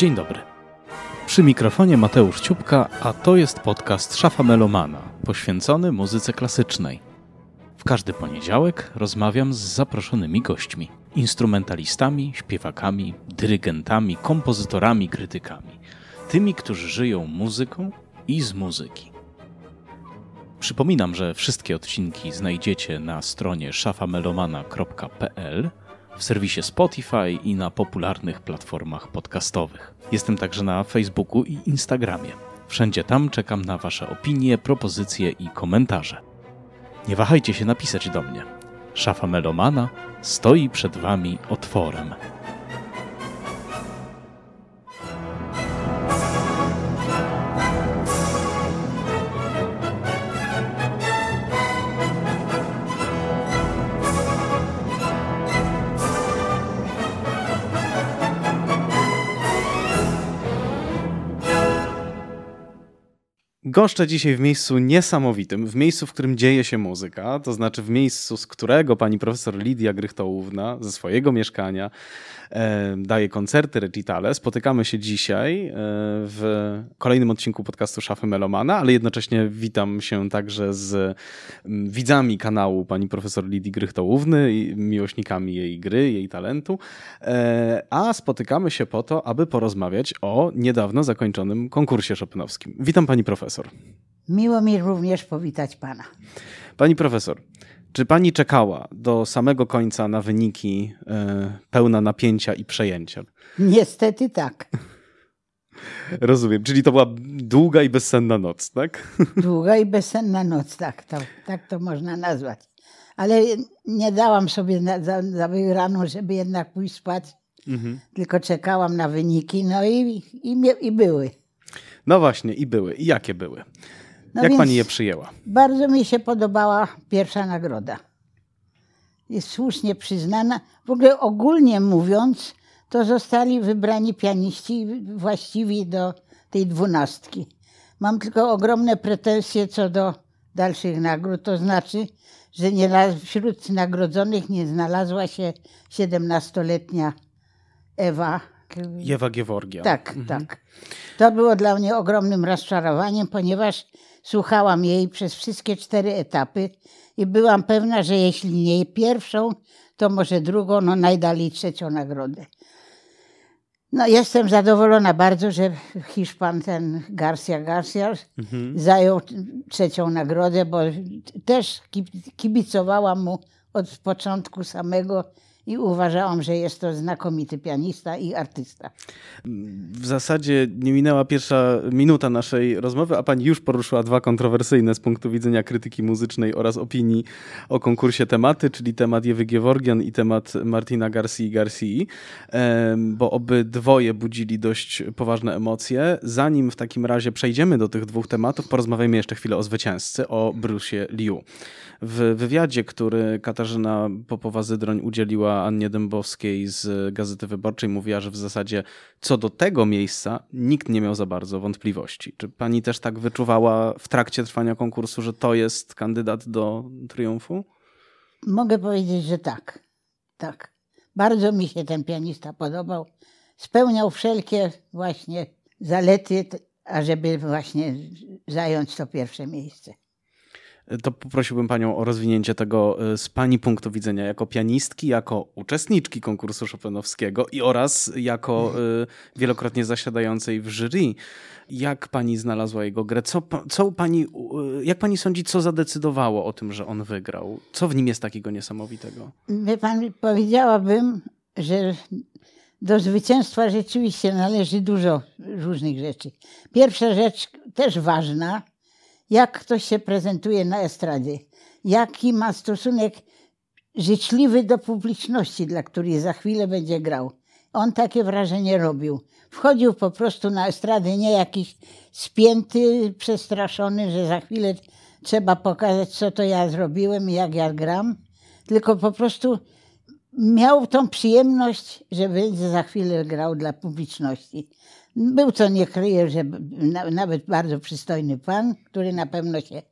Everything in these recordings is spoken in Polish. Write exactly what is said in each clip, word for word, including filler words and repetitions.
Dzień dobry. Przy mikrofonie Mateusz Ciupka, a to jest podcast Szafa Melomana, poświęcony muzyce klasycznej. W każdy poniedziałek rozmawiam z zaproszonymi gośćmi, instrumentalistami, śpiewakami, dyrygentami, kompozytorami, krytykami. Tymi, którzy żyją muzyką i z muzyki. Przypominam, że wszystkie odcinki znajdziecie na stronie szafamelomana kropka pe el, w serwisie Spotify i na popularnych platformach podcastowych. Jestem także na Facebooku i Instagramie. Wszędzie tam czekam na wasze opinie, propozycje i komentarze. Nie wahajcie się napisać do mnie. Szafa Melomana stoi przed wami otworem. Goszczę dzisiaj w miejscu niesamowitym, w miejscu, w którym dzieje się muzyka, to znaczy w miejscu, z którego pani profesor Lidia Grychtołówna ze swojego mieszkania e, daje koncerty, recitale. Spotykamy się dzisiaj e, w kolejnym odcinku podcastu Szafy Melomana, ale jednocześnie witam się także z m, widzami kanału pani profesor Lidii Grychtołówny i miłośnikami jej gry, jej talentu, e, a spotykamy się po to, aby porozmawiać o niedawno zakończonym konkursie chopinowskim. Witam pani profesor. Miło mi również powitać pana. Pani profesor, czy pani czekała do samego końca na wyniki e, pełna napięcia i przejęcia? Niestety tak. Rozumiem, czyli to była długa i bezsenna noc, tak? Długa i bezsenna noc, tak to, tak to można nazwać. Ale nie dałam sobie na, za, za wygraną, żeby jednak pójść spać, mhm. tylko czekałam na wyniki, no i, i, i były. No właśnie, i były. I jakie były? No Jak pani je przyjęła? Bardzo mi się podobała pierwsza nagroda. Jest słusznie przyznana. W ogóle ogólnie mówiąc, to zostali wybrani pianiści właściwi do tej dwunastki. Mam tylko ogromne pretensje co do dalszych nagród. To znaczy, że nie, wśród nagrodzonych nie znalazła się siedemnastoletnia Ewa. Ewa Geworgia. Tak, mhm. tak. To było dla mnie ogromnym rozczarowaniem, ponieważ słuchałam jej przez wszystkie cztery etapy i byłam pewna, że jeśli nie pierwszą, to może drugą, no najdalej trzecią nagrodę. No jestem zadowolona bardzo, że Hiszpan ten Garcia Garcia mhm. zajął trzecią nagrodę, bo też kibicowałam mu od początku samego i uważałam, że jest to znakomity pianista i artysta. W zasadzie nie minęła pierwsza minuta naszej rozmowy, a pani już poruszyła dwa kontrowersyjne z punktu widzenia krytyki muzycznej oraz opinii o konkursie tematy, czyli temat Ewy Geworgian i temat Martina Garcii Garcii, bo obydwoje budzili dość poważne emocje. Zanim w takim razie przejdziemy do tych dwóch tematów, porozmawiajmy jeszcze chwilę o zwycięzcy, o Bruce'ie Liu. W wywiadzie, który Katarzyna Popowa-Zydroń udzieliła Annie Dębowskiej z Gazety Wyborczej, mówiła, że w zasadzie co do tego miejsca nikt nie miał za bardzo wątpliwości. Czy pani też tak wyczuwała w trakcie trwania konkursu, że to jest kandydat do triumfu? Mogę powiedzieć, że tak. Tak. Bardzo mi się ten pianista podobał. Spełniał wszelkie właśnie zalety, ażeby właśnie zająć to pierwsze miejsce. To poprosiłbym panią o rozwinięcie tego z pani punktu widzenia jako pianistki, jako uczestniczki konkursu chopinowskiego i oraz jako y, wielokrotnie zasiadającej w jury. Jak pani znalazła jego grę? Co, co pani, y, jak pani sądzi, co zadecydowało o tym, że on wygrał? Co w nim jest takiego niesamowitego? Wie pan, powiedziałabym, że do zwycięstwa rzeczywiście należy dużo różnych rzeczy. Pierwsza rzecz, też ważna, jak ktoś się prezentuje na estradzie, jaki ma stosunek życzliwy do publiczności, dla której za chwilę będzie grał. On takie wrażenie robił. Wchodził po prostu na estradę, nie jakiś spięty, przestraszony, że za chwilę trzeba pokazać, co to ja zrobiłem i jak ja gram, tylko po prostu miał tą przyjemność, że będzie za chwilę grał dla publiczności. Był, co nie kryję, że nawet bardzo przystojny pan, który na pewno się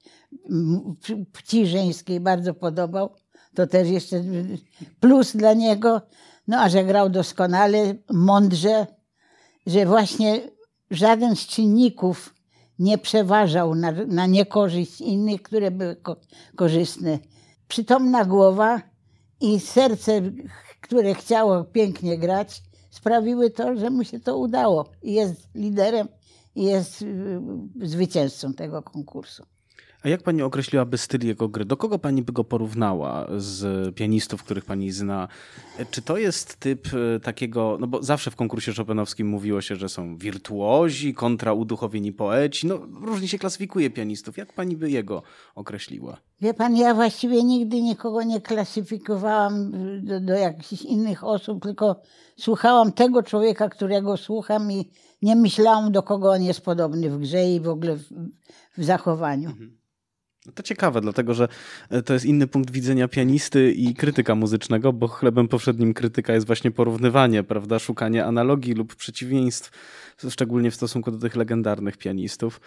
płci żeńskiej bardzo podobał. To też jeszcze plus dla niego. No a że grał doskonale, mądrze, że właśnie żaden z czynników nie przeważał na, na niekorzyść innych, które były ko- korzystne. Przytomna głowa i serce, które chciało pięknie grać, sprawiły to, że mu się to udało. I jest liderem, i jest y, zwycięzcą tego konkursu. A jak pani określiłaby styl jego gry? Do kogo pani by go porównała z pianistów, których pani zna? Czy to jest typ takiego, no bo zawsze w konkursie chopinowskim mówiło się, że są wirtuozi, kontra uduchowieni poeci. No różnie się klasyfikuje pianistów. Jak pani by jego określiła? Wie pan, ja właściwie nigdy nikogo nie klasyfikowałam do, do jakichś innych osób, tylko słuchałam tego człowieka, którego słucham i nie myślałam, do kogo on jest podobny w grze i w ogóle w, w zachowaniu. Mhm. To ciekawe, dlatego że to jest inny punkt widzenia pianisty i krytyka muzycznego, bo chlebem powszednim krytyka jest właśnie porównywanie, prawda, szukanie analogii lub przeciwieństw, szczególnie w stosunku do tych legendarnych pianistów.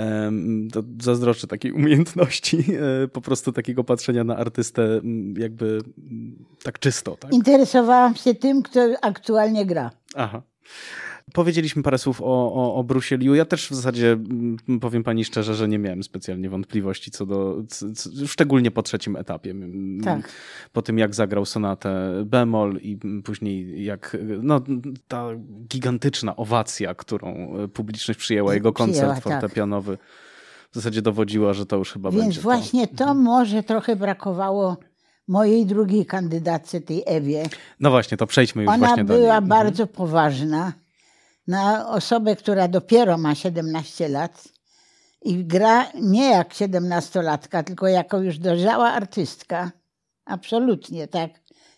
To zazdroszczę takiej umiejętności, po prostu takiego patrzenia na artystę jakby tak czysto. Tak? Interesowałam się tym, kto aktualnie gra. Aha. Powiedzieliśmy parę słów o, o, o Bruce'ie Liu. Ja też w zasadzie powiem pani szczerze, że nie miałem specjalnie wątpliwości co do, co, co, szczególnie po trzecim etapie. Tak. Po tym jak zagrał sonatę bemol i później jak no, ta gigantyczna owacja, którą publiczność przyjęła, jego koncert Przyjęła, fortepianowy, tak. W zasadzie dowodziła, że to już chyba Więc będzie właśnie to, to może trochę brakowało mojej drugiej kandydatce, tej Ewie. No właśnie, to przejdźmy już Ona właśnie do niej. Ona była bardzo mhm. poważna. Na osobę, która dopiero ma siedemnaście lat i gra nie jak siedemnastolatka, tylko jako już dojrzała artystka. Absolutnie, tak.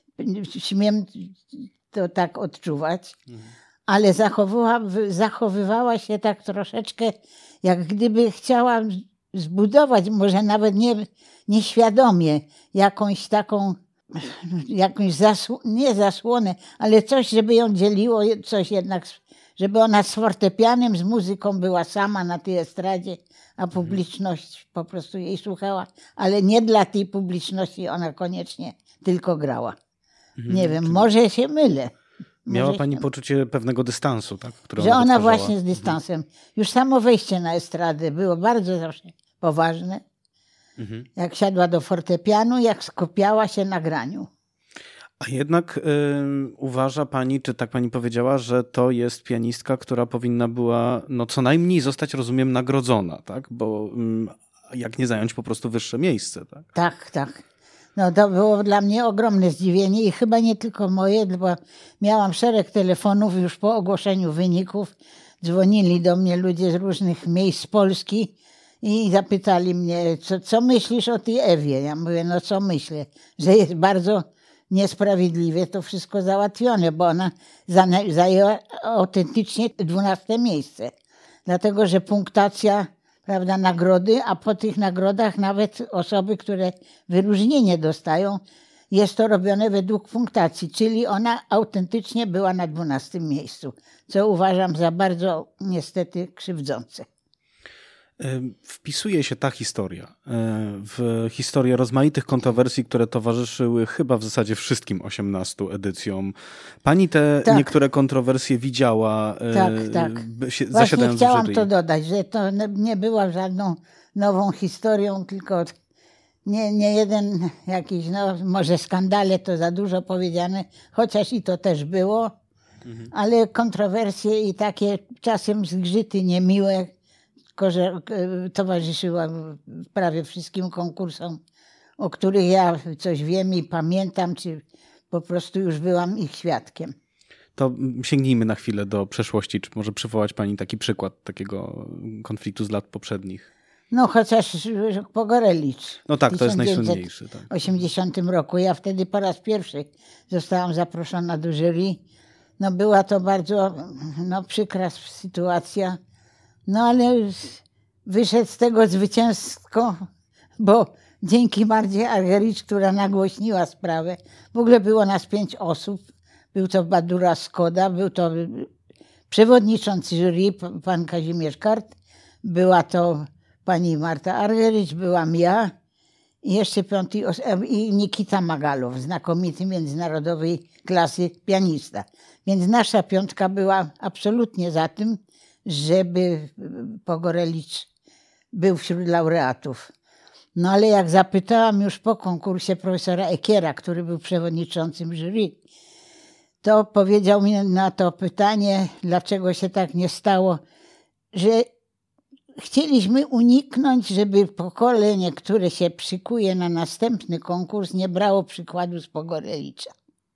Śmiem to tak odczuwać. Mhm. Ale zachowywała, zachowywała się tak troszeczkę, jak gdyby chciała zbudować, może nawet nie, nieświadomie, jakąś taką, jakąś zasł- nie zasłonę, ale coś, żeby ją dzieliło, coś jednak, żeby ona z fortepianem, z muzyką była sama na tej estradzie, a publiczność po prostu jej słuchała, ale nie dla tej publiczności ona koniecznie tylko grała. Mhm, nie wiem, czyli... może się mylę. Miała może pani się... poczucie pewnego dystansu, tak? Które że ona, ona wytwarzała. Właśnie z dystansem. Już samo wejście na estradę było bardzo zawsze poważne. Mhm. Jak siadła do fortepianu, jak skupiała się na graniu. A jednak y, uważa pani, czy tak pani powiedziała, że to jest pianistka, która powinna była no co najmniej zostać, rozumiem, nagrodzona, tak? Bo y, jak nie zająć po prostu wyższe miejsce, tak? Tak, tak. No to było dla mnie ogromne zdziwienie i chyba nie tylko moje, bo miałam szereg telefonów już po ogłoszeniu wyników. Dzwonili do mnie ludzie z różnych miejsc z Polski i zapytali mnie, co, co myślisz o tej Ewie? Ja mówię, no co myślę? Że jest bardzo niesprawiedliwie to wszystko załatwione, bo ona zajęła autentycznie dwunaste miejsce. Dlatego, że punktacja, prawda, nagrody, a po tych nagrodach nawet osoby, które wyróżnienie dostają, jest to robione według punktacji, czyli ona autentycznie była na dwunastym miejscu, co uważam za bardzo niestety krzywdzące. Wpisuje się ta historia w historię rozmaitych kontrowersji, które towarzyszyły chyba w zasadzie wszystkim osiemnastu edycjom. Pani te tak. niektóre kontrowersje widziała, tak, tak. Się, Właśnie chciałam to dodać, że to nie była żadną nową historią, tylko nie, nie jeden jakiś, no może skandale to za dużo powiedziane, chociaż i to też było, mhm. ale kontrowersje i takie czasem zgrzyty niemiłe, że towarzyszyła prawie wszystkim konkursom, o których ja coś wiem i pamiętam, czy po prostu już byłam ich świadkiem. To sięgnijmy na chwilę do przeszłości. Czy może przywołać pani taki przykład takiego konfliktu z lat poprzednich? No chociaż Pogorelicz. No tak, to jest najsłynniejszy. Tak. W osiemdziesiątym roku. Ja wtedy po raz pierwszy zostałam zaproszona do jury. No była to bardzo no, przykra sytuacja. No ale wyszedł z tego zwycięsko, bo dzięki Marcie Argericz, która nagłośniła sprawę, w ogóle było nas pięć osób. Był to Badura Skoda, był to przewodniczący jury, pan Kazimierz Kart, była to pani Marta Argericz, byłam ja I jeszcze piąty i Nikita Magalow, znakomity międzynarodowej klasy pianista. Więc nasza piątka była absolutnie za tym, żeby Pogorelicz był wśród laureatów. No ale jak zapytałam już po konkursie profesora Ekiera, który był przewodniczącym jury, to powiedział mi na to pytanie, dlaczego się tak nie stało, że chcieliśmy uniknąć, żeby pokolenie, które się szykuje na następny konkurs, nie brało przykładu z Pogorelicza.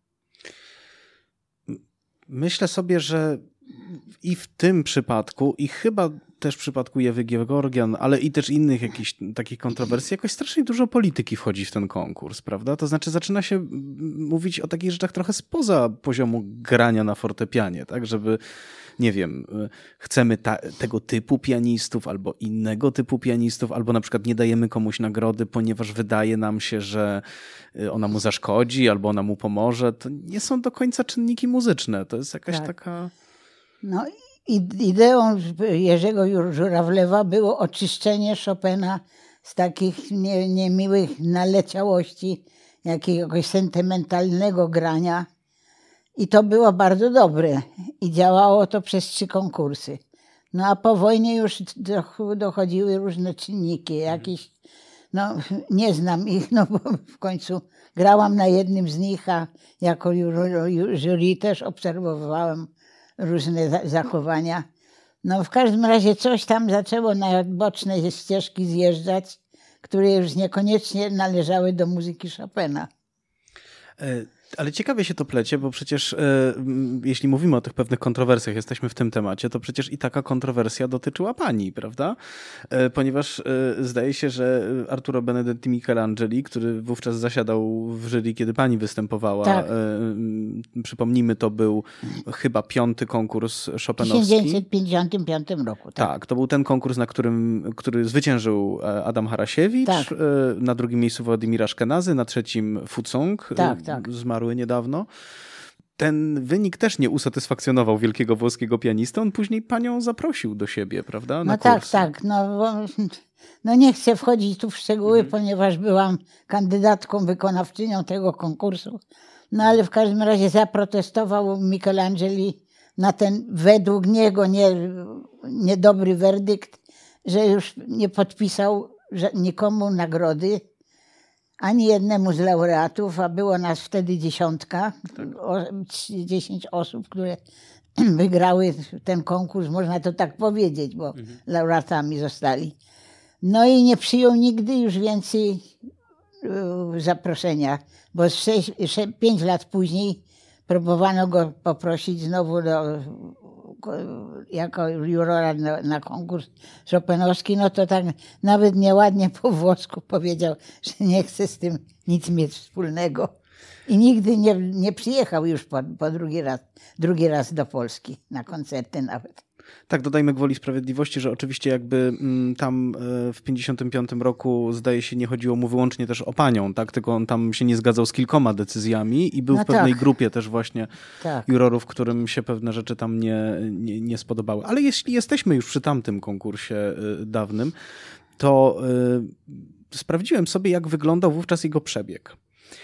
Myślę sobie, że i w tym przypadku, i chyba też w przypadku Ewy Georgian, ale i też innych jakichś takich kontrowersji, jakoś strasznie dużo polityki wchodzi w ten konkurs, prawda? To znaczy zaczyna się mówić o takich rzeczach trochę spoza poziomu grania na fortepianie, tak? Żeby, nie wiem, chcemy ta, tego typu pianistów albo innego typu pianistów, albo na przykład nie dajemy komuś nagrody, ponieważ wydaje nam się, że ona mu zaszkodzi albo ona mu pomoże. To nie są do końca czynniki muzyczne. To jest jakaś tak. taka... No ideą Jerzego Żurawlewa było oczyszczenie Chopina z takich nie, niemiłych naleciałości, jakiegoś sentymentalnego grania. I to było bardzo dobre. I działało to przez trzy konkursy. No a po wojnie już dochodziły różne czynniki. Jakieś, no nie znam ich, no bo w końcu grałam na jednym z nich, a jako jury też obserwowałam różne zachowania. No w każdym razie coś tam zaczęło na boczne ścieżki zjeżdżać, które już niekoniecznie należały do muzyki Chopina. Ale ciekawie się to plecie, bo przecież e, jeśli mówimy o tych pewnych kontrowersjach, jesteśmy w tym temacie, to przecież i taka kontrowersja dotyczyła pani, prawda? E, ponieważ e, zdaje się, że Arturo Benedetti Michelangeli, który wówczas zasiadał w jury, kiedy pani występowała, tak. e, przypomnijmy, to był chyba piąty konkurs chopinowski. W tysiąc dziewięćset pięćdziesiątym piątym roku. Tak. tak, to był ten konkurs, na którym który zwyciężył Adam Harasiewicz, tak. e, na drugim miejscu Władimir Aszkenazy, na trzecim Fucong, tak, tak. zmarł niedawno. Ten wynik też nie usatysfakcjonował wielkiego włoskiego pianistę. On później panią zaprosił do siebie, prawda? Na no kursy. tak, tak. No, bo, no nie chcę wchodzić tu w szczegóły, mhm. ponieważ byłam kandydatką wykonawczynią tego konkursu. No ale w każdym razie zaprotestował Michelangeli na ten według niego nie, niedobry werdykt, że już nie podpisał nikomu nagrody, ani jednemu z laureatów, a było nas wtedy dziesiątka, tak. o, dziesięć osób, które wygrały ten konkurs, można to tak powiedzieć, bo mhm. laureatami zostali. No i nie przyjął nigdy już więcej uh, zaproszenia, bo sześć, sześć, pięć lat później próbowano go poprosić znowu do, jako jurora na, na konkurs chopinowski, no to tak nawet nieładnie po włosku powiedział, że nie chce z tym nic mieć wspólnego. I nigdy nie, nie przyjechał już po, po drugi raz, drugi raz do Polski na koncerty nawet. Tak, dodajmy gwoli sprawiedliwości, że oczywiście jakby tam w pięćdziesiątym piątym roku zdaje się nie chodziło mu wyłącznie też o panią, tak? Tylko on tam się nie zgadzał z kilkoma decyzjami i był no w pewnej tak. grupie też właśnie tak. jurorów, którym się pewne rzeczy tam nie, nie, nie spodobały. Ale jeśli jesteśmy już przy tamtym konkursie dawnym, to y, sprawdziłem sobie, jak wyglądał wówczas jego przebieg.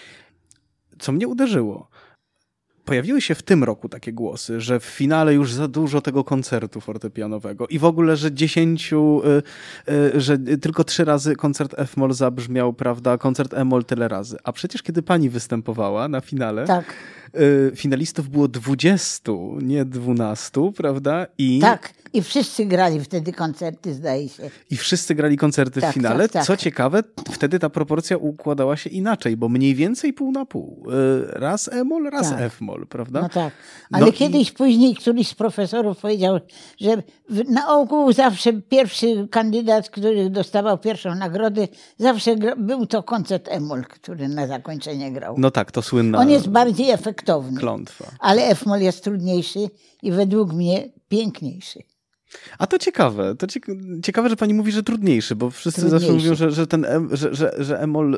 Co mnie uderzyło. Pojawiły się w tym roku takie głosy, że w finale już za dużo tego koncertu fortepianowego i w ogóle, że dziesięciu, y, y, że tylko trzy razy koncert F-moll zabrzmiał, prawda, koncert E-moll tyle razy. A przecież kiedy pani występowała na finale, tak. y, finalistów było dwudziestu, nie dwunastu, prawda? I tak, i wszyscy grali wtedy koncerty, zdaje się. I wszyscy grali koncerty tak, w finale. Tak, tak. Co ciekawe, wtedy ta proporcja układała się inaczej, bo mniej więcej pół na pół. Raz E-moll, raz tak. F-moll, prawda? No tak, ale no kiedyś i... później któryś z profesorów powiedział, że na ogół zawsze pierwszy kandydat, który dostawał pierwszą nagrodę, zawsze gra... był to koncert E-moll, który na zakończenie grał. No tak, to słynna On jest bardziej efektowny. Klątwa. Ale F-moll jest trudniejszy i według mnie piękniejszy. A to ciekawe, to ciekawe, że pani mówi, że trudniejszy, bo wszyscy trudniejszy. Zawsze mówią, że, że ten że, że, że E-moll y,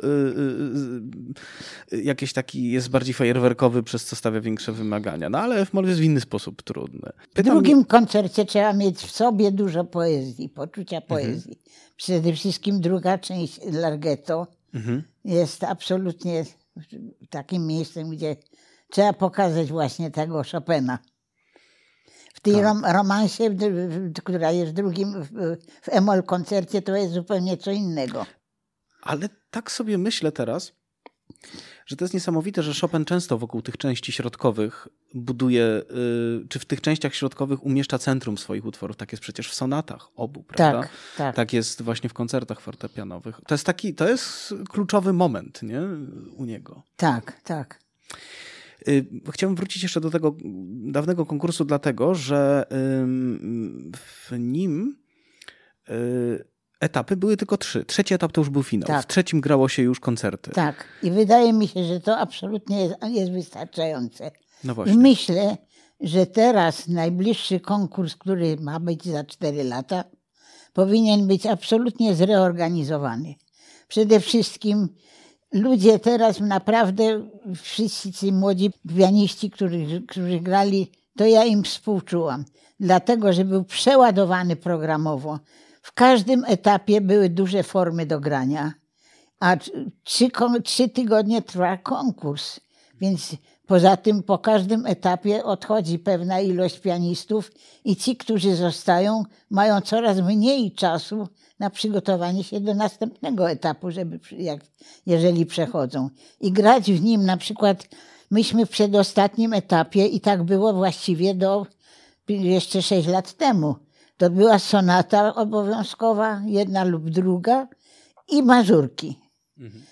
y, y, jakiś taki jest bardziej fajerwerkowy, przez co stawia większe wymagania. No ale F-moll jest w inny sposób trudny. Pytam... W drugim koncercie trzeba mieć w sobie dużo poezji, poczucia poezji. Mhm. Przede wszystkim druga część Larghetto Mhm. Jest absolutnie takim miejscem, gdzie trzeba pokazać właśnie tego Chopina. W tej tak. rom- romansie, która jest drugim w, w E-moll koncercie, to jest zupełnie co innego. Ale tak sobie myślę teraz, że to jest niesamowite, że Chopin często wokół tych części środkowych buduje, yy, czy w tych częściach środkowych umieszcza centrum swoich utworów. Tak jest przecież w sonatach obu, prawda? Tak, tak. Tak jest właśnie w koncertach fortepianowych. To jest taki, to jest kluczowy moment, nie? U niego. Tak, tak. Yy, chciałbym wrócić jeszcze do tego dawnego konkursu, dlatego, że yy, w nim yy, etapy były tylko trzy. Trzeci etap to już był finał. Tak. W trzecim grało się już koncerty. Tak. I wydaje mi się, że to absolutnie jest, jest wystarczające. No właśnie. I myślę, że teraz najbliższy konkurs, który ma być za cztery lata, powinien być absolutnie zreorganizowany. Przede wszystkim ludzie teraz naprawdę, wszyscy ci młodzi pianiści, którzy, którzy grali, to ja im współczułam. Dlatego, że był przeładowany programowo. W każdym etapie były duże formy do grania, a trzy, trzy tygodnie trwa konkurs. Więc poza tym po każdym etapie odchodzi pewna ilość pianistów i ci, którzy zostają, mają coraz mniej czasu na przygotowanie się do następnego etapu, żeby, jak, jeżeli przechodzą. I grać w nim, na przykład myśmy w przedostatnim etapie i tak było właściwie do jeszcze sześć lat temu. To była sonata obowiązkowa, jedna lub druga i mazurki. Mhm.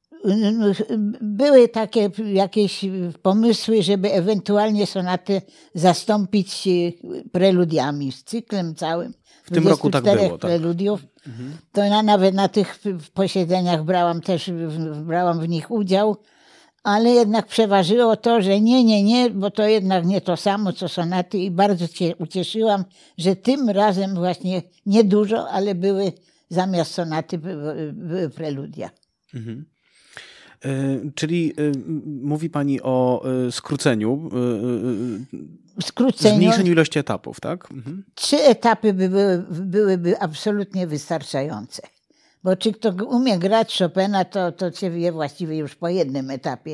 Były takie jakieś pomysły, żeby ewentualnie sonatę zastąpić preludiami, z cyklem całym. W tym roku tak było. Preludiów. Tak. Mhm. To ja nawet na tych posiedzeniach brałam też, brałam w nich udział, ale jednak przeważyło to, że nie, nie, nie, bo to jednak nie to samo, co sonaty i bardzo się ucieszyłam, że tym razem właśnie niedużo, ale były zamiast sonaty były, były preludia. Mhm. Y, czyli y, mówi pani o y, skróceniu, y, skróceniu, zmniejszeniu ilości etapów, tak? Mhm. Trzy etapy by były, byłyby absolutnie wystarczające. Bo czy kto umie grać Chopina, to, to się wie właściwie już po jednym etapie.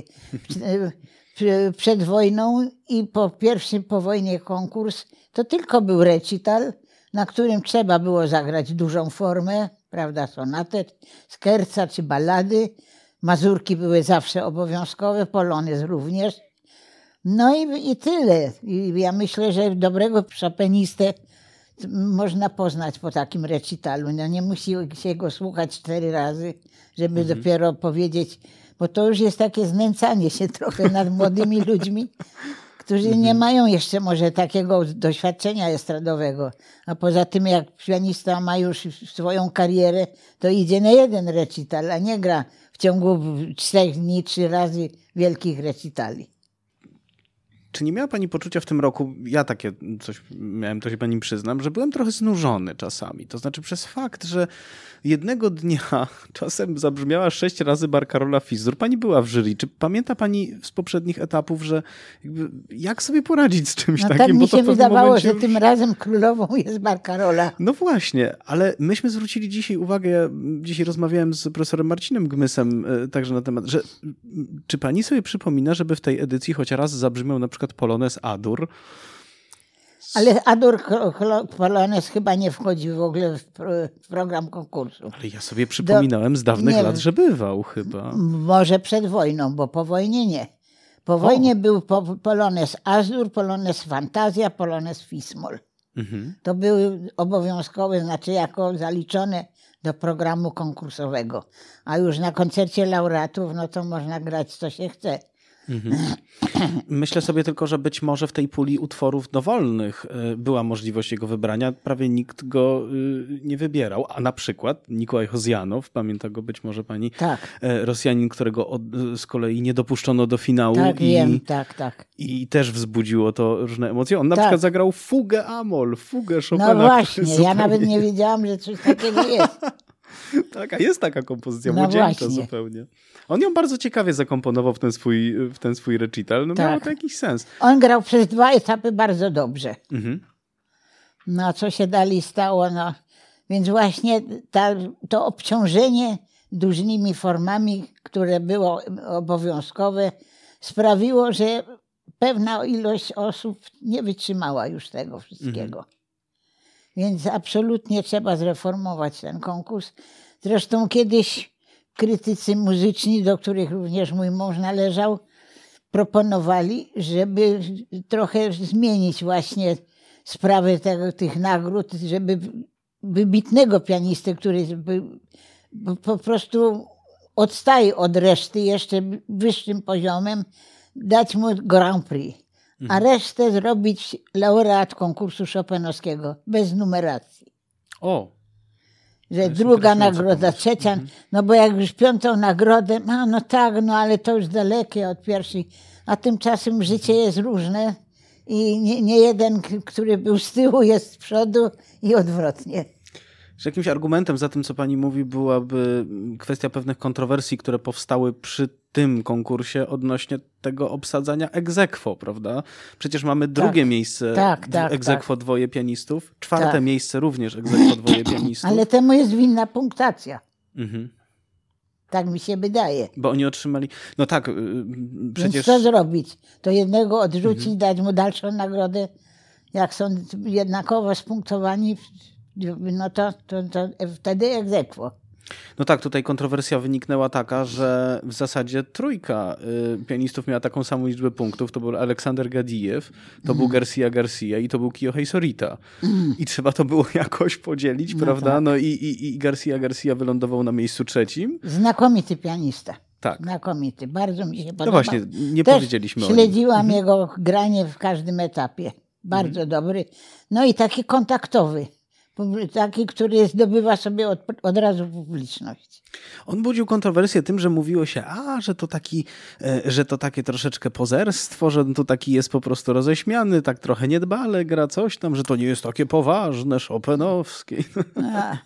Przed wojną i po pierwszym po wojnie konkurs to tylko był recital, na którym trzeba było zagrać dużą formę, prawda, sonatę, skerca czy ballady. Mazurki były zawsze obowiązkowe, polonez również. No i, i tyle. I ja myślę, że dobrego chopinistę można poznać po takim recitalu. No nie musi się go słuchać cztery razy, żeby mhm. dopiero powiedzieć, bo to już jest takie znęcanie się trochę nad młodymi ludźmi, którzy mhm. nie mają jeszcze może takiego doświadczenia estradowego. A poza tym jak pianista ma już swoją karierę, to idzie na jeden recital, a nie gra w ciągu czterech dni, trzy razy wielkich recitali. Czy nie miała pani poczucia w tym roku, ja takie coś miałem, to się pani przyznam, że byłem trochę znużony czasami. To znaczy przez fakt, że jednego dnia czasem zabrzmiała sześć razy Barcarola Fizur. Pani była w jury. Czy pamięta pani z poprzednich etapów, że jakby, jak sobie poradzić z czymś no takim? Tak mi Bo to się wydawało, momencie... że tym razem królową jest Barcarola. No właśnie, ale myśmy zwrócili dzisiaj uwagę, ja dzisiaj rozmawiałem z profesorem Marcinem Gmysem także na temat, że czy pani sobie przypomina, żeby w tej edycji choć raz zabrzmiał na przykład polonez A-dur? Ale A-dur polonez chyba nie wchodzi w ogóle w, pro, w program konkursu. Ale ja sobie przypominałem Do, z dawnych nie, lat, że bywał chyba. Może przed wojną, bo po wojnie nie. Po o. wojnie był po, polonez A-dur, polonez Fantazja, polonez Fis-moll. Mhm. To były obowiązkowe, znaczy jako zaliczone do programu konkursowego. A już na koncercie laureatów, no to można grać co się chce. Mhm. Myślę sobie tylko, że być może w tej puli utworów dowolnych była możliwość jego wybrania. Prawie nikt go nie wybierał. A na przykład Nikołaj Hozjanow, pamięta go być może pani, tak. Rosjanin, którego od, z kolei nie dopuszczono do finału. Tak, i, wiem, tak, tak. I też wzbudziło to różne emocje. On na tak. przykład zagrał fugę A-moll, fugę Chopina. No właśnie, zupełnie... ja nawet nie wiedziałam, że coś takiego jest. Tak, a jest taka kompozycja no młodzieńcza właśnie. zupełnie. On ją bardzo ciekawie zakomponował w ten swój, w ten swój recital. No tak. Miało to jakiś sens. On grał przez dwa etapy bardzo dobrze. Mhm. No co się dalej stało, no. Więc właśnie ta, to obciążenie dużymi formami, które było obowiązkowe, sprawiło, że pewna ilość osób nie wytrzymała już tego wszystkiego. Mhm. Więc absolutnie trzeba zreformować ten konkurs. Zresztą kiedyś krytycy muzyczni, do których również mój mąż należał, proponowali, żeby trochę zmienić właśnie sprawę tego, tych nagród, żeby wybitnego pianisty, który by, po prostu odstaje od reszty jeszcze wyższym poziomem, dać mu Grand Prix, a resztę zrobić laureat konkursu chopinowskiego, bez numeracji. O! Że druga nagroda, trzecia, mhm. no bo jak już piątą nagrodę, no, no tak, no ale to już dalekie od pierwszej, a tymczasem życie jest różne i nie, nie jeden, który był z tyłu, jest z przodu i odwrotnie. Czy jakimś argumentem za tym, co pani mówi, byłaby kwestia pewnych kontrowersji, które powstały przy tym konkursie odnośnie tego obsadzania ex aequo, prawda? Przecież mamy drugie tak, miejsce tak, tak, ex aequo tak. dwoje pianistów, czwarte tak. miejsce również ex aequo dwoje pianistów. Ale temu jest winna punktacja. Mhm. Tak mi się wydaje. Bo oni otrzymali... No tak, przecież... Więc co zrobić? To jednego odrzucić, mhm. dać mu dalszą nagrodę. Jak są jednakowo spunktowani, no to, to, to wtedy ex aequo. No tak, tutaj kontrowersja wyniknęła taka, że w zasadzie trójka y, pianistów miała taką samą liczbę punktów. To był Aleksander Gadijew, to mm. był Garcia Garcia i to był Kiyohei Sorita. Mm. I trzeba to było jakoś podzielić, no prawda? Tak. No i, i, i Garcia Garcia wylądował na miejscu trzecim. Znakomity pianista. Tak. Znakomity. Bardzo mi się podobał. No właśnie, nie Też powiedzieliśmy o nim. Śledziłam mhm. jego granie w każdym etapie. Bardzo mhm. dobry. No i taki kontaktowy. Taki, który zdobywa sobie od, od razu publiczność. On budził kontrowersję tym, że mówiło się, a, że to taki, że to takie troszeczkę pozerstwo, że on tu taki jest po prostu roześmiany, tak trochę niedbale gra coś tam, że to nie jest takie poważne, chopinowskie. A,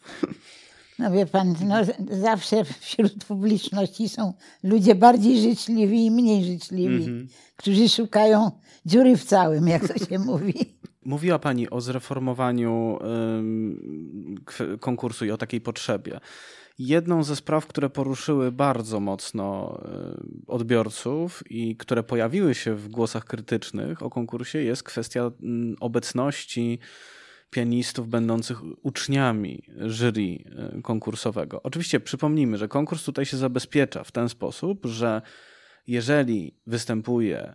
no wie pan, no, zawsze wśród publiczności są ludzie bardziej życzliwi i mniej życzliwi, mm-hmm. którzy szukają dziury w całym, jak to się mówi. Mówiła pani o zreformowaniu y, konkursu i o takiej potrzebie. Jedną ze spraw, które poruszyły bardzo mocno y, odbiorców i które pojawiły się w głosach krytycznych o konkursie, jest kwestia y, obecności pianistów będących uczniami jury y, konkursowego. Oczywiście przypomnijmy, że konkurs tutaj się zabezpiecza w ten sposób, że jeżeli występuje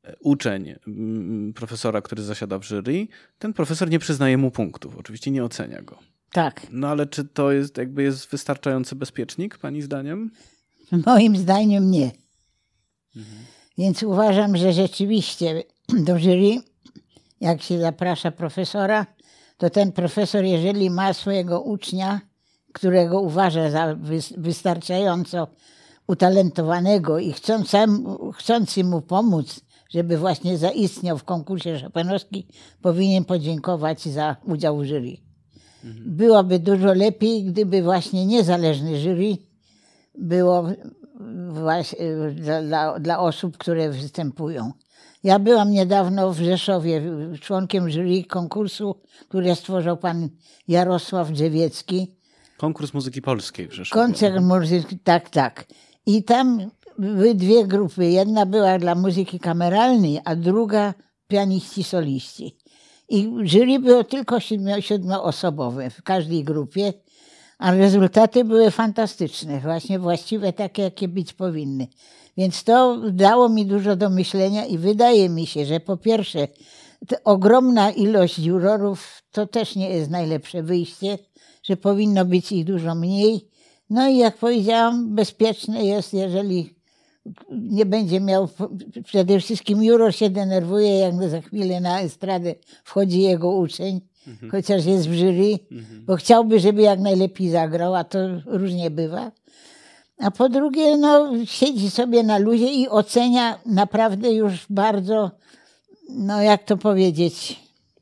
uczeń profesora, który zasiada w jury, ten profesor nie przyznaje mu punktów. Oczywiście nie ocenia go. Tak. No ale czy to jest jakby jest wystarczający bezpiecznik, pani zdaniem? Moim zdaniem nie. Mhm. Więc uważam, że rzeczywiście do jury, jak się zaprasza profesora, to ten profesor, jeżeli ma swojego ucznia, którego uważa za wystarczająco utalentowanego i chcący, chcący mu pomóc, żeby właśnie zaistniał w konkursie chopinowskim, powinien podziękować za udział w jury. Mhm. Byłoby dużo lepiej, gdyby właśnie niezależne jury było właśnie dla, dla, dla osób, które występują. Ja byłam niedawno w Rzeszowie członkiem jury konkursu, który stworzył pan Jarosław Drzewiecki. Konkurs muzyki polskiej w Rzeszowie. Koncert muzyki, tak, tak. I tam były dwie grupy. Jedna była dla muzyki kameralnej, a druga pianiści soliści. I jury było tylko siedmiu, siedmioosobowe w każdej grupie, a rezultaty były fantastyczne. Właśnie właściwe takie, jakie być powinny. Więc to dało mi dużo do myślenia i wydaje mi się, że po pierwsze ogromna ilość jurorów to też nie jest najlepsze wyjście, że powinno być ich dużo mniej. No i jak powiedziałam, bezpieczne jest, jeżeli nie będzie miał, przede wszystkim juror się denerwuje, jak za chwilę na estradę wchodzi jego uczeń, mhm. chociaż jest w jury, mhm. bo chciałby, żeby jak najlepiej zagrał, a to różnie bywa. A po drugie, no, siedzi sobie na luzie i ocenia naprawdę już bardzo, no jak to powiedzieć,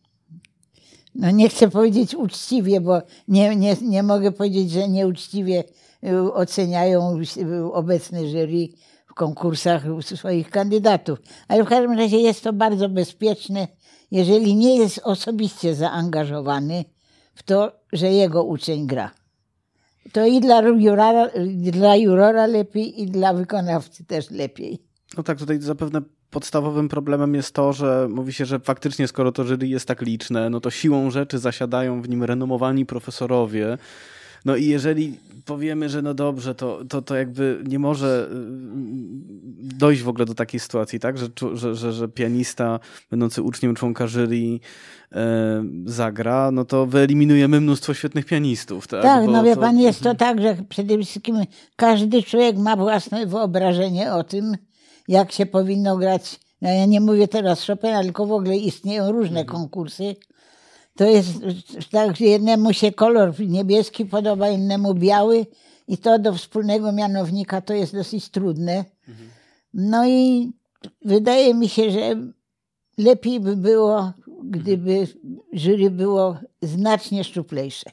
no nie chcę powiedzieć uczciwie, bo nie, nie, nie mogę powiedzieć, że nieuczciwie oceniają obecne jury w konkursach swoich kandydatów. Ale w każdym razie jest to bardzo bezpieczne, jeżeli nie jest osobiście zaangażowany w to, że jego uczeń gra. To i dla jurora, dla jurora lepiej, i dla wykonawcy też lepiej. No tak, tutaj zapewne podstawowym problemem jest to, że mówi się, że faktycznie skoro to jury jest tak liczne, no to siłą rzeczy zasiadają w nim renomowani profesorowie. No i jeżeli powiemy, że no dobrze, to, to, to jakby nie może dojść w ogóle do takiej sytuacji, tak? Że, że, że, że pianista będący uczniem członka jury e, zagra, no to wyeliminujemy mnóstwo świetnych pianistów. Tak, tak Bo no wie to... pan, jest to tak, że przede wszystkim każdy człowiek ma własne wyobrażenie o tym, jak się powinno grać. No ja nie mówię teraz Chopina, tylko w ogóle istnieją różne mhm. konkursy. To jest tak, że jednemu się kolor niebieski podoba, innemu biały i to do wspólnego mianownika to jest dosyć trudne. Mhm. No i wydaje mi się, że lepiej by było, gdyby jury było znacznie szczuplejsze.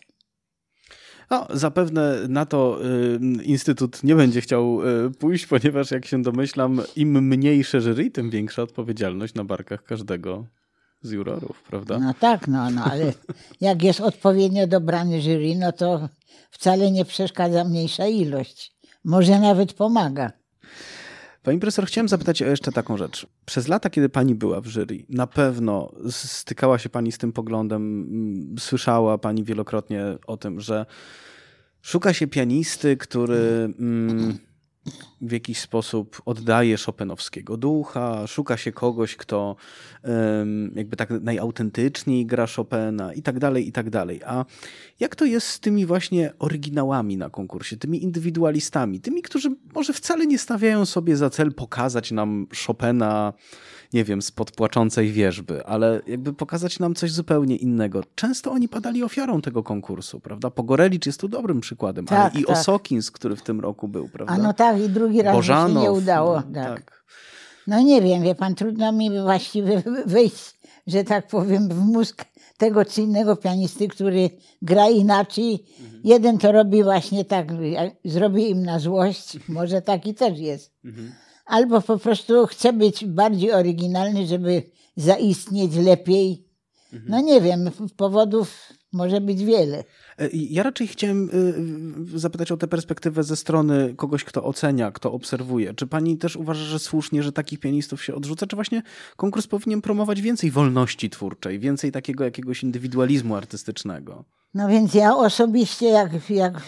No, zapewne na to y, Instytut nie będzie chciał y, pójść, ponieważ jak się domyślam, im mniejsze jury, tym większa odpowiedzialność na barkach każdego z jurorów, prawda? No tak, no, no ale jak jest odpowiednio dobrany jury, no to wcale nie przeszkadza mniejsza ilość. Może nawet pomaga. Pani profesor, chciałem zapytać o jeszcze taką rzecz. Przez lata, kiedy pani była w jury, na pewno stykała się pani z tym poglądem, słyszała pani wielokrotnie o tym, że szuka się pianisty, który mm, w jakiś sposób oddaje chopinowskiego ducha, szuka się kogoś, kto um, jakby tak najautentyczniej gra Chopina i tak dalej, i tak dalej. A jak to jest z tymi właśnie oryginałami na konkursie, tymi indywidualistami, tymi, którzy może wcale nie stawiają sobie za cel pokazać nam Chopina, nie wiem, spod płaczącej wierzby, ale jakby pokazać nam coś zupełnie innego. Często oni padali ofiarą tego konkursu, prawda? Pogorelicz jest tu dobrym przykładem, tak, ale i tak. Osokins, który w tym roku był, prawda? A no tak, i drugi raz Bożanow, się nie udało. No, tak. tak. No nie wiem, wie pan, trudno mi właściwie wejść, że tak powiem, w mózg tego czy innego pianisty, który gra inaczej. Mhm. Jeden to robi właśnie tak, zrobi im na złość, może taki też jest. Mhm. Albo po prostu chce być bardziej oryginalny, żeby zaistnieć lepiej. Mhm. No nie wiem, powodów może być wiele. Ja raczej chciałem zapytać o tę perspektywę ze strony kogoś, kto ocenia, kto obserwuje. Czy pani też uważa, że słusznie, że takich pianistów się odrzuca? Czy właśnie konkurs powinien promować więcej wolności twórczej, więcej takiego jakiegoś indywidualizmu artystycznego? No więc ja osobiście, jak, jak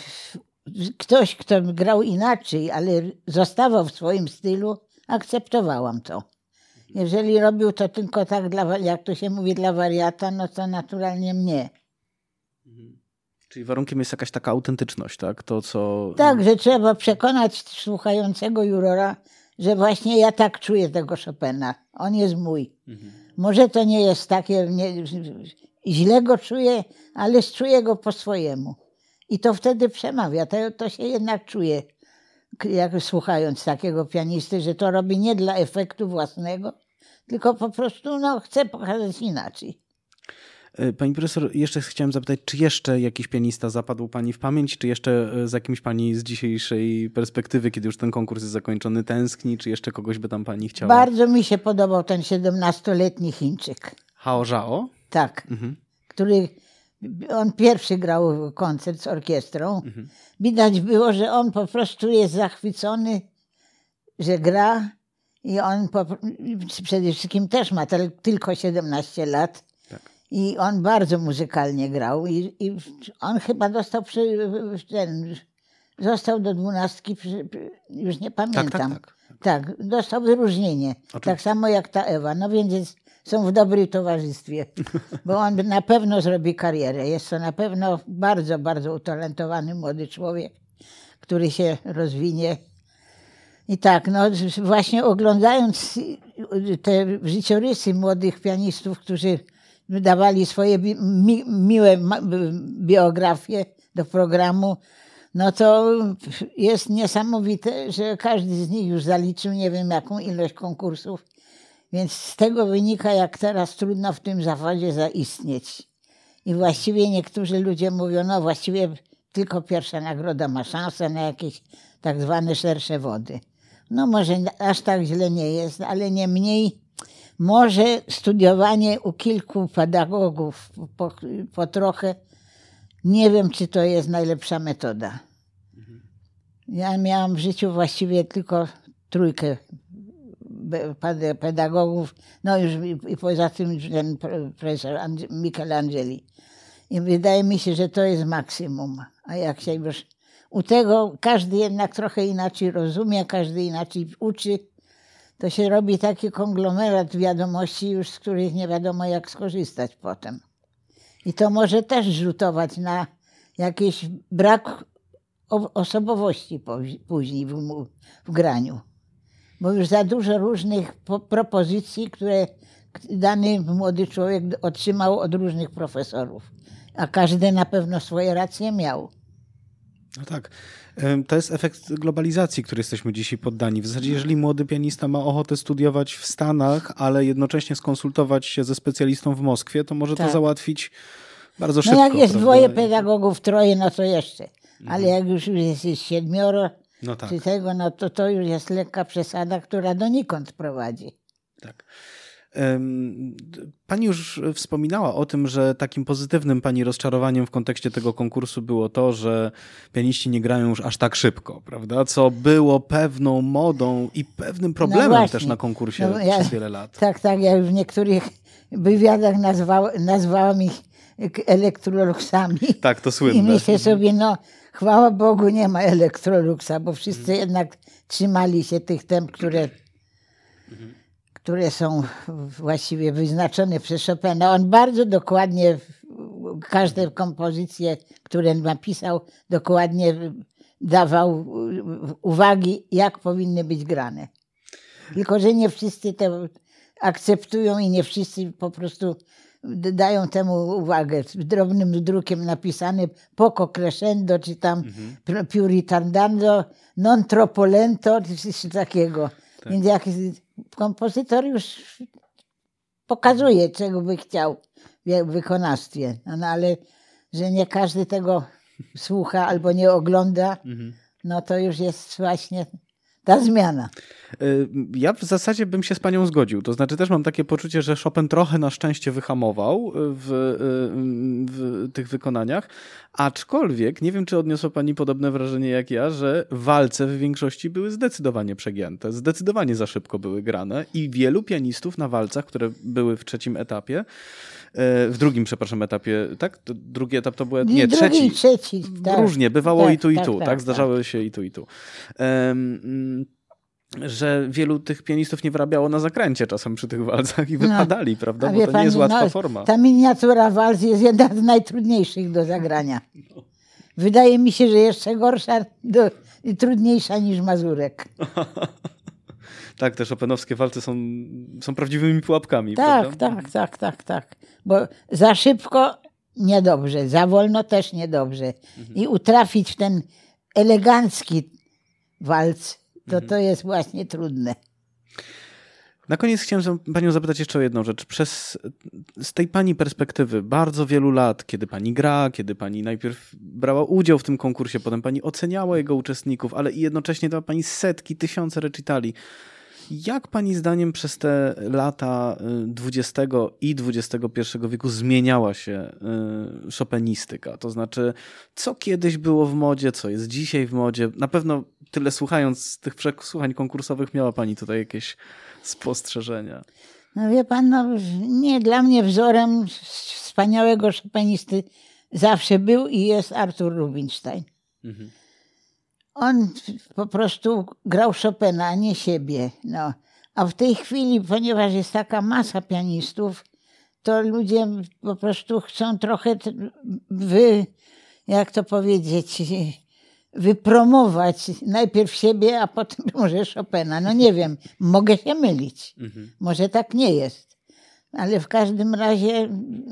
ktoś, kto grał inaczej, ale zostawał w swoim stylu, akceptowałam to. Jeżeli robił to tylko tak, dla, jak to się mówi, dla wariata, no to naturalnie mnie. Czyli warunkiem jest jakaś taka autentyczność, tak? To, co... Tak, że trzeba przekonać słuchającego jurora, że właśnie ja tak czuję tego Chopina. On jest mój. Mhm. Może to nie jest takie, nie, źle go czuję, ale czuję go po swojemu. I to wtedy przemawia. To, to się jednak czuje, jak słuchając takiego pianisty, że to robi nie dla efektu własnego, tylko po prostu no, chce pokazać inaczej. Pani profesor, jeszcze chciałem zapytać, czy jeszcze jakiś pianista zapadł pani w pamięć, czy jeszcze z jakimś pani z dzisiejszej perspektywy, kiedy już ten konkurs jest zakończony, tęskni, czy jeszcze kogoś by tam pani chciała? Bardzo mi się podobał ten siedemnastoletni Chińczyk. Hao Zhao? Tak, mhm. który, on pierwszy grał koncert z orkiestrą. Mhm. Widać było, że on po prostu jest zachwycony, że gra i on po, przede wszystkim też ma te, tylko siedemnaście lat. I on bardzo muzykalnie grał i, i on chyba dostał przy, ten, został do dwunastki, przy, już nie pamiętam. Tak, tak, tak. tak dostał wyróżnienie. Oczywiście. Tak samo jak ta Ewa. No więc jest, są w dobrym towarzystwie, bo on na pewno zrobi karierę. Jest to na pewno bardzo, bardzo utalentowany młody człowiek, który się rozwinie. I tak, no właśnie oglądając te życiorysy młodych pianistów, którzy wydawali swoje bi mi miłe biografie do programu, no to jest niesamowite, że każdy z nich już zaliczył nie wiem jaką ilość konkursów. Więc z tego wynika, jak teraz trudno w tym zawodzie zaistnieć. I właściwie niektórzy ludzie mówią, no właściwie tylko pierwsza nagroda ma szansę na jakieś tak zwane szersze wody. No może aż tak źle nie jest, ale nie mniej. Może studiowanie u kilku pedagogów po, po trochę, nie wiem, czy to jest najlepsza metoda. Ja miałam w życiu właściwie tylko trójkę pedagogów, no już i, i poza tym ten profesor Michelangeli. I wydaje mi się, że to jest maksimum. A jak się już u tego każdy jednak trochę inaczej rozumie, każdy inaczej uczy, to się robi taki konglomerat wiadomości już, z których nie wiadomo jak skorzystać potem. I to może też rzutować na jakiś brak osobowości później w, w graniu. Bo już za dużo różnych propozycji, które dany młody człowiek otrzymał od różnych profesorów. A każdy na pewno swoje racje miał. No tak. To jest efekt globalizacji, który jesteśmy dzisiaj poddani. W zasadzie, jeżeli młody pianista ma ochotę studiować w Stanach, ale jednocześnie skonsultować się ze specjalistą w Moskwie, to może tak. to załatwić bardzo szybko. No jak jest prawda? dwoje pedagogów, troje, no to jeszcze. Ale jak już jest, jest siedmioro, no tak. czy tego, no to to już jest lekka przesada, która donikąd prowadzi. Tak. Pani już wspominała o tym, że takim pozytywnym pani rozczarowaniem w kontekście tego konkursu było to, że pianiści nie grają już aż tak szybko, prawda? Co było pewną modą i pewnym problemem no też na konkursie no ja, przez wiele lat. Tak, tak. Ja już w niektórych wywiadach nazwał, nazwałam ich Electroluxami. Tak, to słynne. I myślę sobie, no chwała Bogu nie ma Electroluxa, bo wszyscy hmm. jednak trzymali się tych temp, które... Hmm. które są właściwie wyznaczone przez Chopina. On bardzo dokładnie, każde kompozycje, które napisał, dokładnie dawał uwagi, jak powinny być grane. Tylko że nie wszyscy to akceptują i nie wszyscy po prostu dają temu uwagę. Drobnym drukiem napisane poco crescendo, czy tam mhm. più ritardando, non troppo lento, czy coś takiego. Tak. Więc jak kompozytor już pokazuje, czego by chciał w wykonawstwie. No, ale że nie każdy tego słucha albo nie ogląda, mhm. no to już jest właśnie ta zmiana. Ja w zasadzie bym się z panią zgodził. To znaczy też mam takie poczucie, że Chopin trochę na szczęście wyhamował w, w tych wykonaniach, aczkolwiek nie wiem, czy odniosła pani podobne wrażenie jak ja, że walce w większości były zdecydowanie przegięte, zdecydowanie za szybko były grane i wielu pianistów na walcach, które były w trzecim etapie, w drugim, przepraszam, etapie, tak? Drugi etap to był, nie, drugi trzeci. trzeci tak. Różnie, bywało tak, i tu, i tak, tu, tak, tak? tak? Zdarzały tak. się i tu, i tu. Um, że wielu tych pianistów nie wyrabiało na zakręcie czasem przy tych walcach i wypadali, no, prawda? Bo to pani, nie jest łatwa no, forma. Ta miniatura walc jest jedna z najtrudniejszych do zagrania. No. Wydaje mi się, że jeszcze gorsza do, i trudniejsza niż Mazurek. Tak, te chopinowskie walce są, są prawdziwymi pułapkami. Tak, prawda? tak, tak, tak, tak. Bo za szybko niedobrze, za wolno też niedobrze. Mhm. I utrafić w ten elegancki walc, to mhm. to jest właśnie trudne. Na koniec chciałem panią zapytać jeszcze o jedną rzecz. Przez, z tej pani perspektywy bardzo wielu lat, kiedy pani gra, kiedy pani najpierw brała udział w tym konkursie, potem pani oceniała jego uczestników, ale i jednocześnie dała pani setki, tysiące recitali. Jak pani zdaniem przez te lata dwudziestego i dwudziestego pierwszego wieku zmieniała się chopinistyka? To znaczy, co kiedyś było w modzie, co jest dzisiaj w modzie? Na pewno tyle słuchając tych przesłuchań konkursowych miała pani tutaj jakieś spostrzeżenia. No wie pan, no, nie, dla mnie wzorem wspaniałego chopinisty zawsze był i jest Artur Rubinstein. Mhm. On po prostu grał Chopina, a nie siebie. No. A w tej chwili, ponieważ jest taka masa pianistów, to ludzie po prostu chcą trochę wy, jak to powiedzieć, wypromować najpierw siebie, a potem może Chopina. No nie wiem, mogę się mylić. Mhm. Może tak nie jest. Ale w każdym razie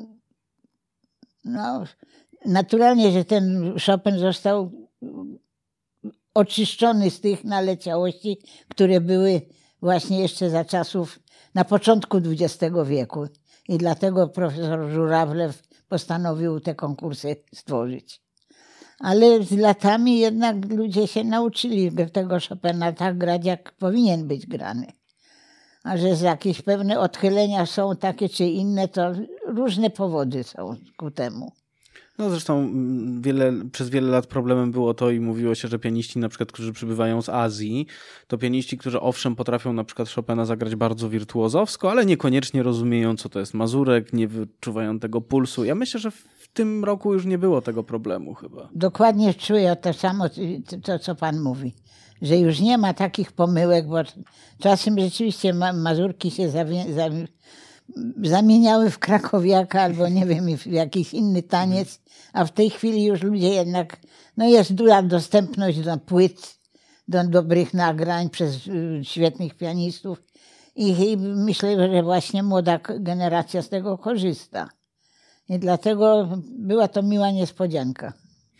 no, naturalnie, że ten Chopin został oczyszczony z tych naleciałości, które były właśnie jeszcze za czasów, na początku dwudziestego wieku. I dlatego profesor Żurawlew postanowił te konkursy stworzyć. Ale z latami jednak ludzie się nauczyli tego Chopina tak grać, jak powinien być grany. A że jakieś pewne odchylenia są takie czy inne, to różne powody są ku temu. No zresztą wiele, przez wiele lat problemem było to i mówiło się, że pianiści na przykład, którzy przybywają z Azji, to pianiści, którzy owszem potrafią na przykład Chopina zagrać bardzo wirtuozowsko, ale niekoniecznie rozumieją, co to jest mazurek, nie wyczuwają tego pulsu. Ja myślę, że w tym roku już nie było tego problemu chyba. Dokładnie czuję to samo, to co pan mówi, że już nie ma takich pomyłek, bo czasem rzeczywiście ma, mazurki się zawie, zawie, zamieniały w krakowiaka albo nie wiem, w jakiś inny taniec, a w tej chwili już ludzie jednak, no jest duża dostępność do płyt, do dobrych nagrań przez y, świetnych pianistów i, i myślę, że właśnie młoda generacja z tego korzysta. I dlatego była to miła niespodzianka.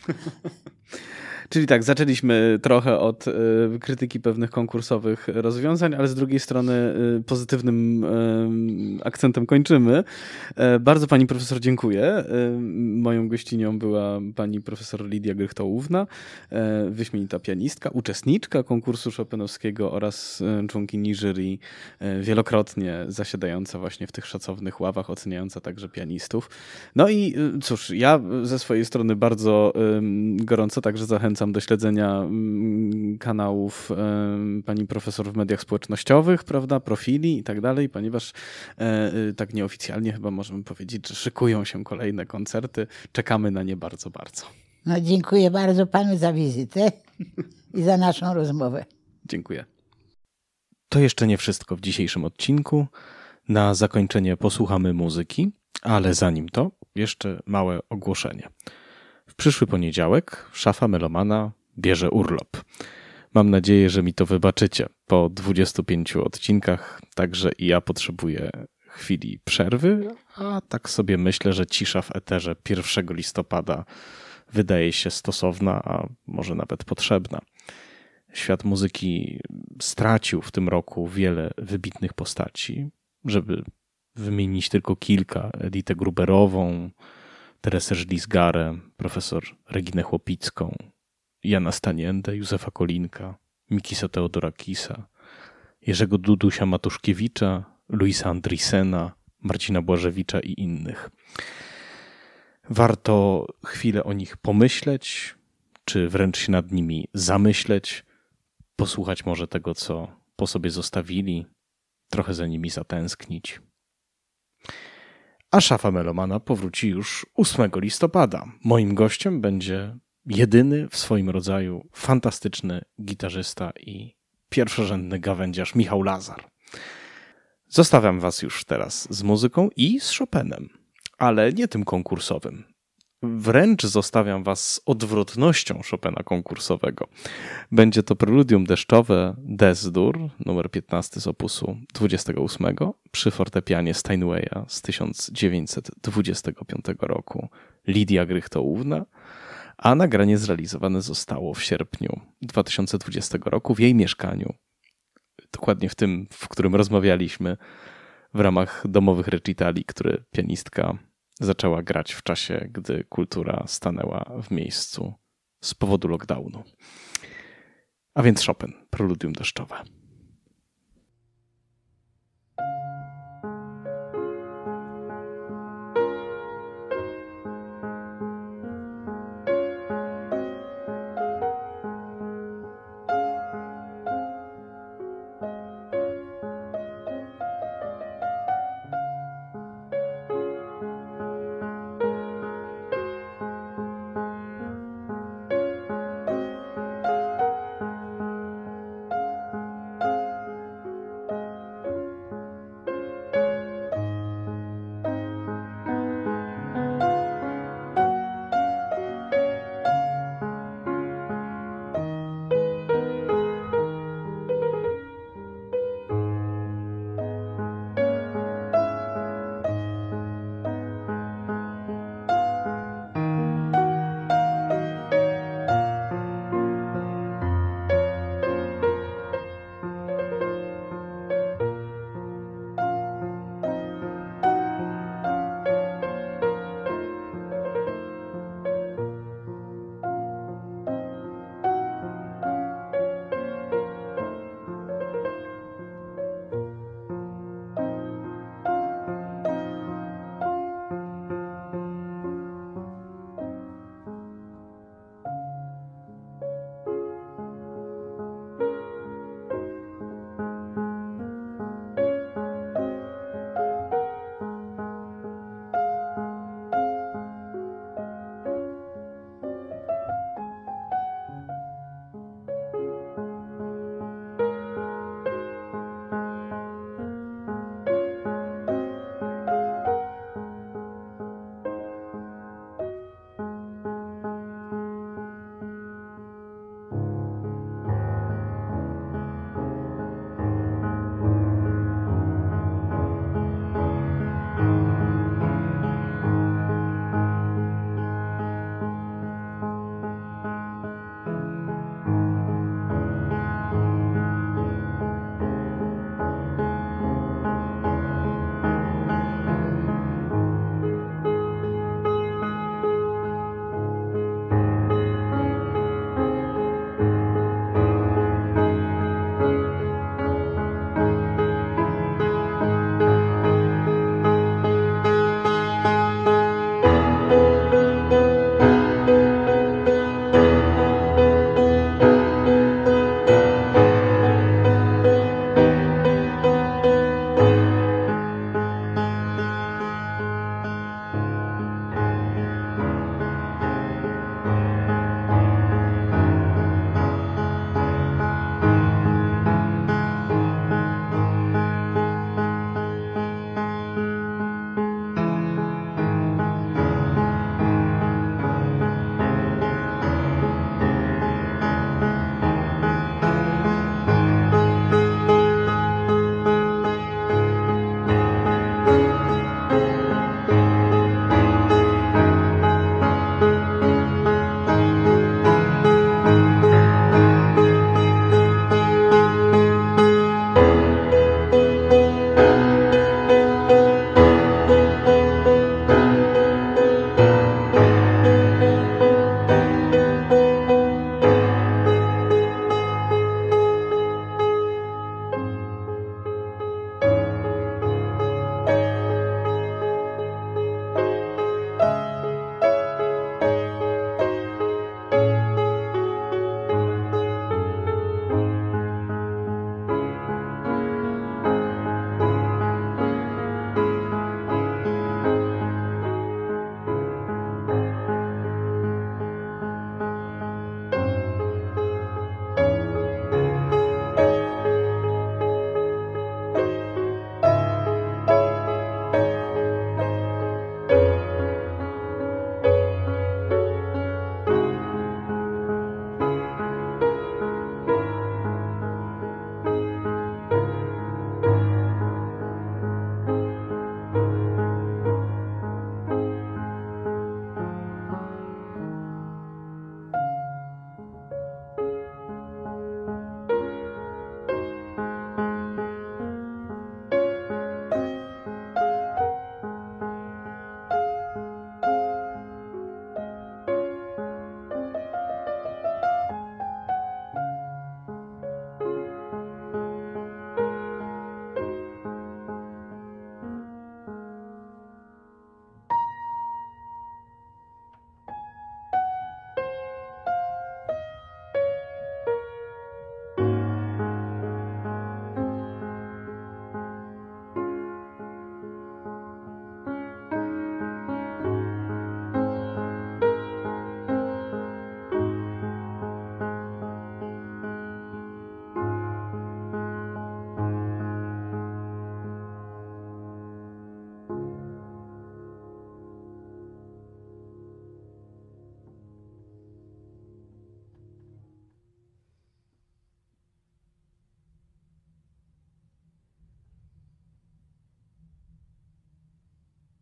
Czyli tak, zaczęliśmy trochę od y, krytyki pewnych konkursowych rozwiązań, ale z drugiej strony y, pozytywnym y, akcentem kończymy. Y, bardzo pani profesor dziękuję. Y, moją gościnią była pani profesor Lidia Grychtołówna, y, wyśmienita pianistka, uczestniczka konkursu chopinowskiego oraz y, członkini jury, y, wielokrotnie zasiadająca właśnie w tych szacownych ławach, oceniająca także pianistów. No i y, cóż, ja ze swojej strony bardzo y, gorąco także zachęcam do śledzenia kanałów pani profesor w mediach społecznościowych, prawda, profili i tak dalej, ponieważ tak nieoficjalnie chyba możemy powiedzieć, że szykują się kolejne koncerty. Czekamy na nie bardzo, bardzo. No, dziękuję bardzo panu za wizytę i za naszą rozmowę. Dziękuję. To jeszcze nie wszystko w dzisiejszym odcinku. Na zakończenie posłuchamy muzyki, ale zanim to jeszcze małe ogłoszenie. W przyszły poniedziałek Szafa Melomana bierze urlop. Mam nadzieję, że mi to wybaczycie. Po dwudziestu pięciu odcinkach także i ja potrzebuję chwili przerwy, a tak sobie myślę, że cisza w eterze pierwszego listopada wydaje się stosowna, a może nawet potrzebna. Świat muzyki stracił w tym roku wiele wybitnych postaci, żeby wymienić tylko kilka. Editę Gruberową, Teresę Żlizgarę, profesor Reginę Chłopicką, Jana Staniendę, Józefa Kolinka, Mikisa Teodorakisa, Jerzego Dudusia Matuszkiewicza, Luisa Andrissena, Marcina Błażewicza i innych. Warto chwilę o nich pomyśleć, czy wręcz się nad nimi zamyśleć, posłuchać może tego, co po sobie zostawili, trochę za nimi zatęsknić. A Szafa Melomana powróci już ósmego listopada. Moim gościem będzie jedyny w swoim rodzaju fantastyczny gitarzysta i pierwszorzędny gawędziarz Michał Lazar. Zostawiam was już teraz z muzyką i z Chopinem, ale nie tym konkursowym. Wręcz zostawiam was z odwrotnością Chopina konkursowego. Będzie to preludium deszczowe Des-dur, numer piętnasty z opusu dwudziestego ósmego, przy fortepianie Steinwaya z tysiąc dziewięćset dwudziestego piątego roku, Lidia Grychtołówna, a nagranie zrealizowane zostało w sierpniu dwa tysiące dwudziestego roku w jej mieszkaniu, dokładnie w tym, w którym rozmawialiśmy w ramach domowych recitali, które pianistka zaczęła grać w czasie, gdy kultura stanęła w miejscu z powodu lockdownu. A więc Chopin, preludium deszczowe.